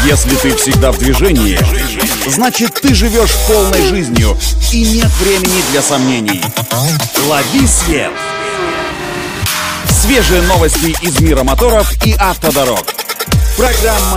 Если ты всегда в движении, значит, ты живешь полной жизнью и нет времени для сомнений. Лови свет! Свежие новости из мира моторов и автодорог. Программа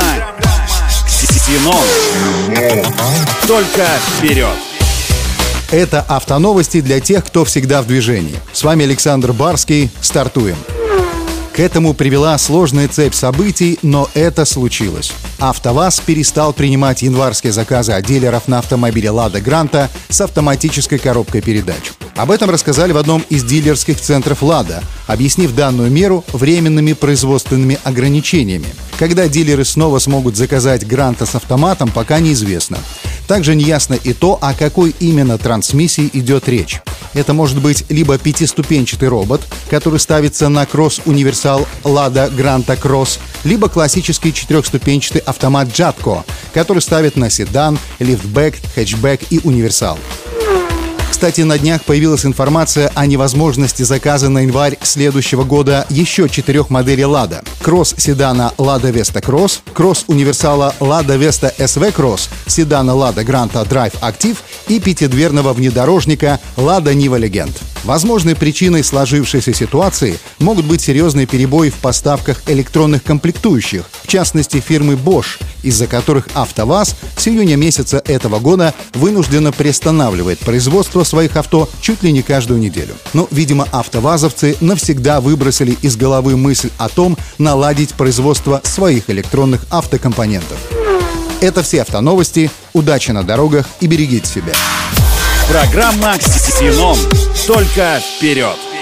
«Ксенон». Только вперед! Это автоновости для тех, кто всегда в движении. С вами Александр Барский. Стартуем. К этому привела сложная цепь событий, но это случилось. АвтоВАЗ перестал принимать январские заказы от дилеров на автомобиле «Лада Гранта» с автоматической коробкой передач. Об этом рассказали в одном из дилерских центров «Лада», объяснив данную меру временными производственными ограничениями. Когда дилеры снова смогут заказать «Гранта» с автоматом, пока неизвестно. Также неясно и то, о какой именно трансмиссии идет речь. Это может быть либо пятиступенчатый робот, который ставится на кросс-универсал «Лада Гранта Кросс», либо классический четырехступенчатый автомат «Джатко», который ставят на седан, лифтбэк, хэтчбэк и универсал. Кстати, на днях появилась информация о невозможности заказа на январь следующего года еще 4 моделей «Лада». Кросс-седана «Лада Веста Кросс», кросс-универсала «Лада Веста СВ Кросс», седана «Лада Гранта Драйв Актив» и пятидверного внедорожника «Лада Нива Легенд». Возможной причиной сложившейся ситуации могут быть серьезные перебои в поставках электронных комплектующих, в частности фирмы Bosch, из-за которых АвтоВАЗ с июня месяца этого года вынужденно приостанавливает производство своих авто чуть ли не каждую неделю. Но, видимо, автовазовцы навсегда выбросили из головы мысль о том, наладить производство своих электронных автокомпонентов. Это все автоновости. Удачи на дорогах и берегите себя. Программа «Ксенон». Только вперед!